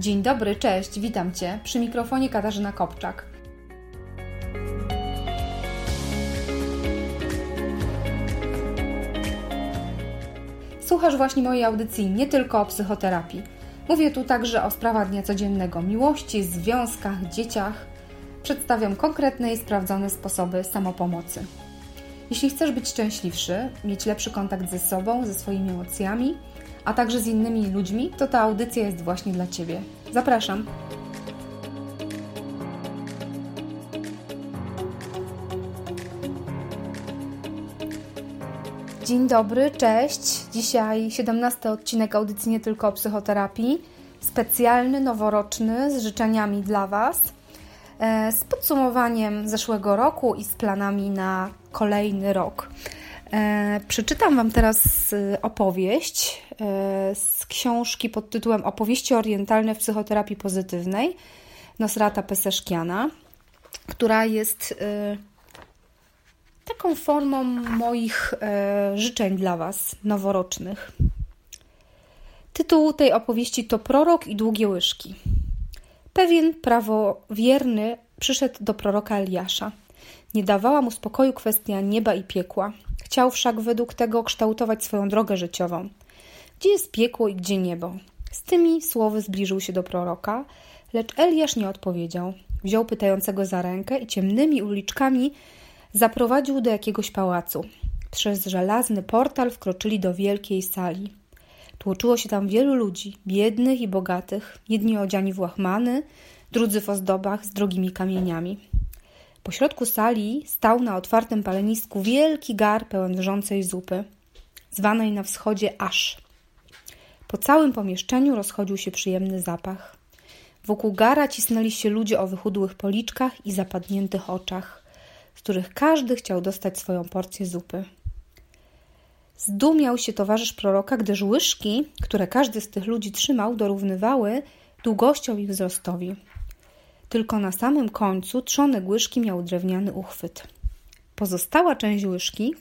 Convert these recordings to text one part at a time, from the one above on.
Dzień dobry, cześć, witam Cię. Przy mikrofonie Katarzyna Kopczak. Słuchasz właśnie mojej audycji nie tylko o psychoterapii. Mówię tu także o sprawach dnia codziennego, miłości, związkach, dzieciach. Przedstawiam konkretne i sprawdzone sposoby samopomocy. Jeśli chcesz być szczęśliwszy, mieć lepszy kontakt ze sobą, ze swoimi emocjami, a także z innymi ludźmi, to ta audycja jest właśnie dla Ciebie. Zapraszam! Dzień dobry, cześć! Dzisiaj 17 odcinek audycji nie tylko o psychoterapii. Specjalny, noworoczny, z życzeniami dla Was. Z podsumowaniem zeszłego roku i z planami na kolejny rok. Przeczytam Wam teraz opowieść z książki pod tytułem Opowieści orientalne w psychoterapii pozytywnej Nosrata Peseszkiana, która jest taką formą moich życzeń dla Was noworocznych. Tytuł tej opowieści to Prorok i długie łyżki. Pewien prawowierny przyszedł do proroka Eliasza. Nie dawała mu spokoju kwestia nieba i piekła. Chciał wszak według tego kształtować swoją drogę życiową. Gdzie jest piekło i gdzie niebo? Z tymi słowy zbliżył się do proroka, lecz Eliasz nie odpowiedział. Wziął pytającego za rękę i ciemnymi uliczkami zaprowadził do jakiegoś pałacu. Przez żelazny portal wkroczyli do wielkiej sali. Tłoczyło się tam wielu ludzi, biednych i bogatych, jedni odziani w łachmany, drudzy w ozdobach z drogimi kamieniami. Pośrodku sali stał na otwartym palenisku wielki gar pełen wrzącej zupy, zwanej na wschodzie asz. Po całym pomieszczeniu rozchodził się przyjemny zapach. Wokół gara cisnęli się ludzie o wychudłych policzkach i zapadniętych oczach, z których każdy chciał dostać swoją porcję zupy. Zdumiał się towarzysz proroka, gdyż łyżki, które każdy z tych ludzi trzymał, dorównywały długością ich wzrostowi. Tylko na samym końcu trzonek łyżki miał drewniany uchwyt. Pozostała część łyżki,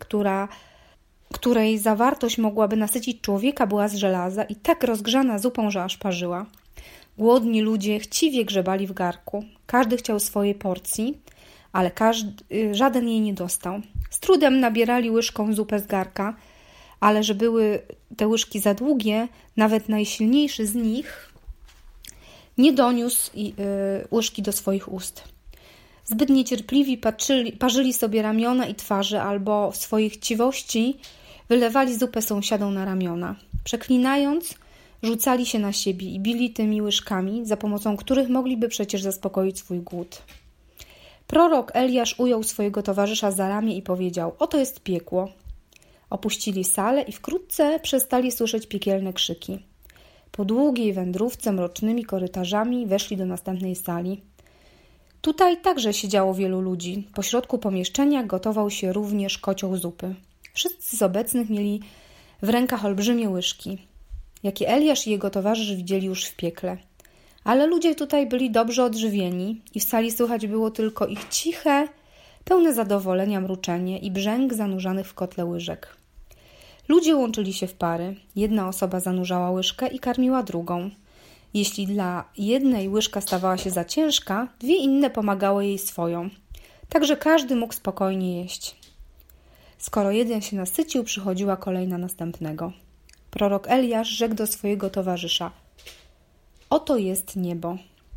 której zawartość mogłaby nasycić człowieka, była z żelaza i tak rozgrzana zupą, że aż parzyła. Głodni ludzie chciwie grzebali w garku. Każdy chciał swojej porcji, ale żaden jej nie dostał. Z trudem nabierali łyżką zupę z garka, ale że były te łyżki za długie, nawet najsilniejszy z nich nie doniósł łyżki do swoich ust. Zbyt niecierpliwi parzyli sobie ramiona i twarze, albo w swojej chciwości wylewali zupę sąsiadom na ramiona. Przeklinając, rzucali się na siebie i bili tymi łyżkami, za pomocą których mogliby przecież zaspokoić swój głód. Prorok Eliasz ujął swojego towarzysza za ramię i powiedział: oto jest piekło. Opuścili salę i wkrótce przestali słyszeć piekielne krzyki. Po długiej wędrówce mrocznymi korytarzami weszli do następnej sali. Tutaj także siedziało wielu ludzi. Po środku pomieszczenia gotował się również kocioł zupy. Wszyscy z obecnych mieli w rękach olbrzymie łyżki, jakie Eliasz i jego towarzysz widzieli już w piekle. Ale ludzie tutaj byli dobrze odżywieni i w sali słychać było tylko ich ciche, pełne zadowolenia mruczenie i brzęk zanurzanych w kotle łyżek. Ludzie łączyli się w pary. Jedna osoba zanurzała łyżkę i karmiła drugą. Jeśli dla jednej łyżka stawała się za ciężka, dwie inne pomagały jej swoją. Także każdy mógł spokojnie jeść. Skoro jeden się nasycił, przychodziła kolej na następnego. Prorok Eliasz rzekł do swojego towarzysza: oto jest niebo.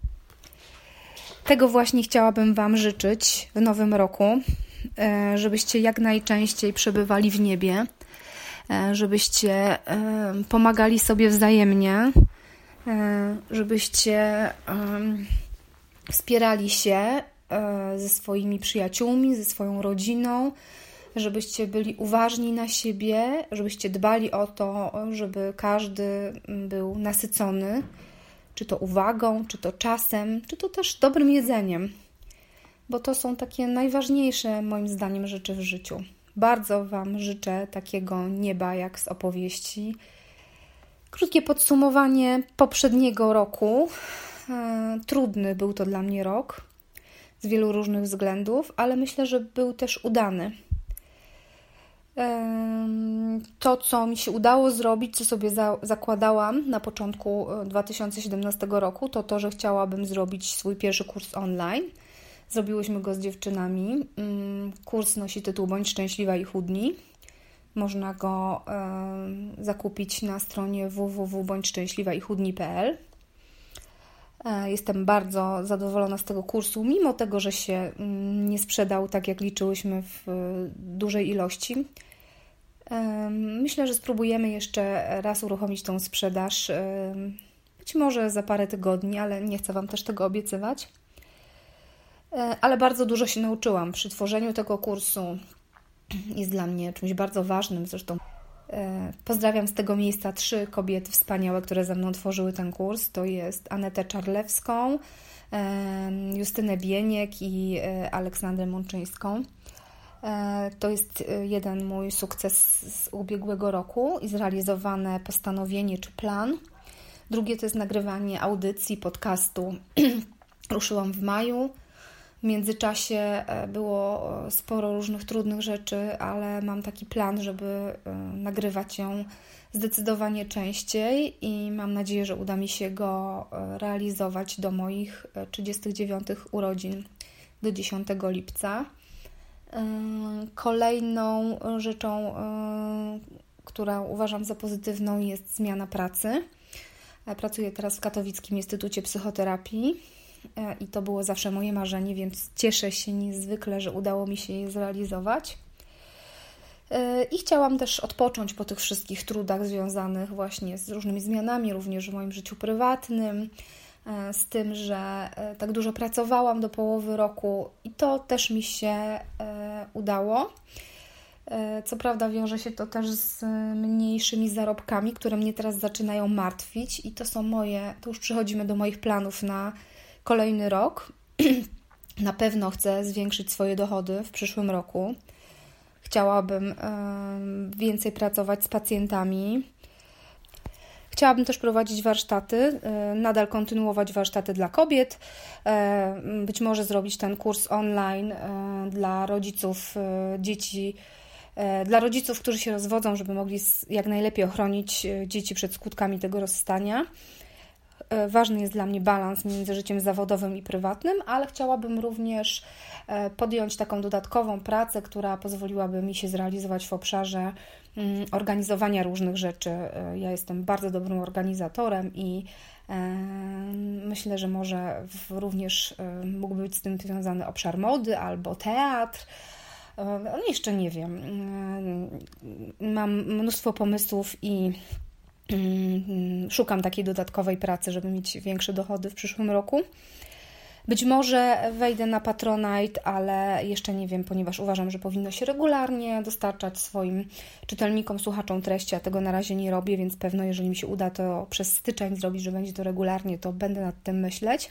Tego właśnie chciałabym Wam życzyć w nowym roku, żebyście jak najczęściej przebywali w niebie, żebyście pomagali sobie wzajemnie, żebyście wspierali się ze swoimi przyjaciółmi, ze swoją rodziną, żebyście byli uważni na siebie, żebyście dbali o to, żeby każdy był nasycony, czy to uwagą, czy to czasem, czy to też dobrym jedzeniem, bo to są takie najważniejsze moim zdaniem rzeczy w życiu. Bardzo Wam życzę takiego nieba jak z opowieści. Krótkie podsumowanie poprzedniego roku. Trudny był to dla mnie rok z wielu różnych względów, ale myślę, że był też udany. To, co mi się udało zrobić, co sobie zakładałam na początku 2017 roku, to to, że chciałabym zrobić swój pierwszy kurs online. Zrobiłyśmy go z dziewczynami. Kurs nosi tytuł Bądź szczęśliwa i chudnij. Można go zakupić na stronie www.bądźszczęśliwaichudnij.pl. Jestem bardzo zadowolona z tego kursu, mimo tego, że się nie sprzedał tak, jak liczyłyśmy w dużej ilości. Myślę, że spróbujemy jeszcze raz uruchomić tą sprzedaż, być może za parę tygodni, ale nie chcę Wam też tego obiecywać. Ale bardzo dużo się nauczyłam przy tworzeniu tego kursu. Jest dla mnie czymś bardzo ważnym, zresztą pozdrawiam z tego miejsca 3 kobiety wspaniałe, które ze mną tworzyły ten kurs. To jest Anetę Czarlewską, Justynę Bieniek i Aleksandrę Mączyńską. To jest jeden mój sukces z ubiegłego roku i zrealizowane postanowienie czy plan. Drugie to jest nagrywanie audycji, podcastu. Ruszyłam w maju. W międzyczasie było sporo różnych trudnych rzeczy, ale mam taki plan, żeby nagrywać ją zdecydowanie częściej i mam nadzieję, że uda mi się go realizować do moich 39 urodzin, do 10 lipca. Kolejną rzeczą, którą uważam za pozytywną, jest zmiana pracy. Pracuję teraz w Katowickim Instytucie Psychoterapii i to było zawsze moje marzenie, więc cieszę się niezwykle, że udało mi się je zrealizować. I chciałam też odpocząć po tych wszystkich trudach związanych właśnie z różnymi zmianami, również w moim życiu prywatnym, z tym, że tak dużo pracowałam do połowy roku i to też mi się udało. Co prawda wiąże się to też z mniejszymi zarobkami, które mnie teraz zaczynają martwić i to już przechodzimy do moich planów na kolejny rok. Na pewno chcę zwiększyć swoje dochody w przyszłym roku. Chciałabym więcej pracować z pacjentami. Chciałabym też prowadzić warsztaty, nadal kontynuować warsztaty dla kobiet, być może zrobić ten kurs online dla rodziców dzieci, dla rodziców, którzy się rozwodzą, żeby mogli jak najlepiej ochronić dzieci przed skutkami tego rozstania. Ważny jest dla mnie balans między życiem zawodowym i prywatnym, ale chciałabym również podjąć taką dodatkową pracę, która pozwoliłaby mi się zrealizować w obszarze organizowania różnych rzeczy. Ja jestem bardzo dobrym organizatorem i myślę, że może również mógłby być z tym związany obszar mody albo teatr. Jeszcze nie wiem. Mam mnóstwo pomysłów i szukam takiej dodatkowej pracy, żeby mieć większe dochody w przyszłym roku. Być może wejdę na Patronite, ale jeszcze nie wiem, ponieważ uważam, że powinno się regularnie dostarczać swoim czytelnikom, słuchaczom treści, a tego na razie nie robię, więc pewno jeżeli mi się uda to przez styczeń zrobić, że będzie to regularnie, to będę nad tym myśleć.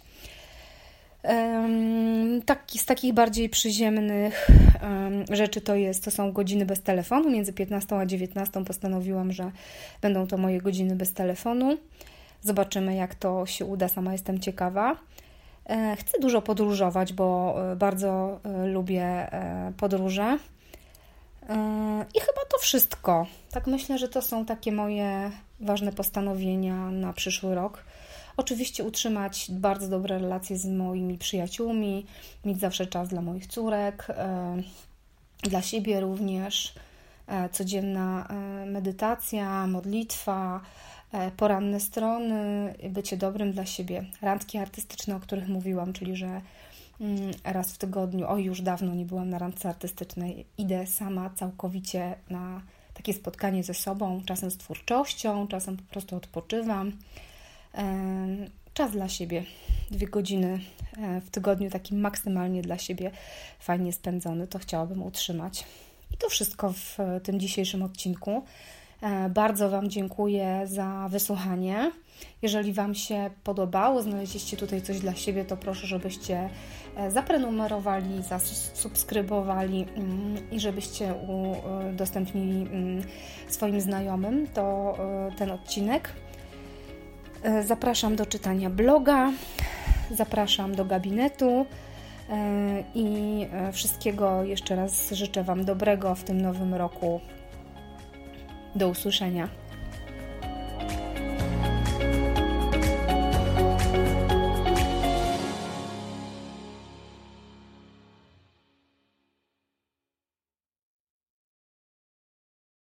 Z takich bardziej przyziemnych rzeczy to są godziny bez telefonu. Między 15 a 19 postanowiłam, że będą to moje godziny bez telefonu. Zobaczymy, jak to się uda. Sama jestem ciekawa. Chcę dużo podróżować, bo bardzo lubię podróże. I chyba to wszystko. Tak myślę, że to są takie moje ważne postanowienia na przyszły rok. Oczywiście utrzymać bardzo dobre relacje z moimi przyjaciółmi, mieć zawsze czas dla moich córek, dla siebie również, codzienna medytacja, modlitwa, poranne strony, bycie dobrym dla siebie, randki artystyczne, o których mówiłam, czyli że raz w tygodniu, już dawno nie byłam na randce artystycznej, idę sama całkowicie na takie spotkanie ze sobą, czasem z twórczością, czasem po prostu odpoczywam. Czas dla siebie, 2 godziny w tygodniu, taki maksymalnie dla siebie fajnie spędzony, to chciałabym utrzymać. I to wszystko w tym dzisiejszym odcinku. Bardzo Wam dziękuję za wysłuchanie. Jeżeli Wam się podobało, znaleźliście tutaj coś dla siebie, to proszę, żebyście zaprenumerowali, zasubskrybowali i żebyście udostępnili swoim znajomym ten odcinek. Zapraszam do czytania bloga, zapraszam do gabinetu, i wszystkiego jeszcze raz życzę Wam dobrego w tym nowym roku. Do usłyszenia.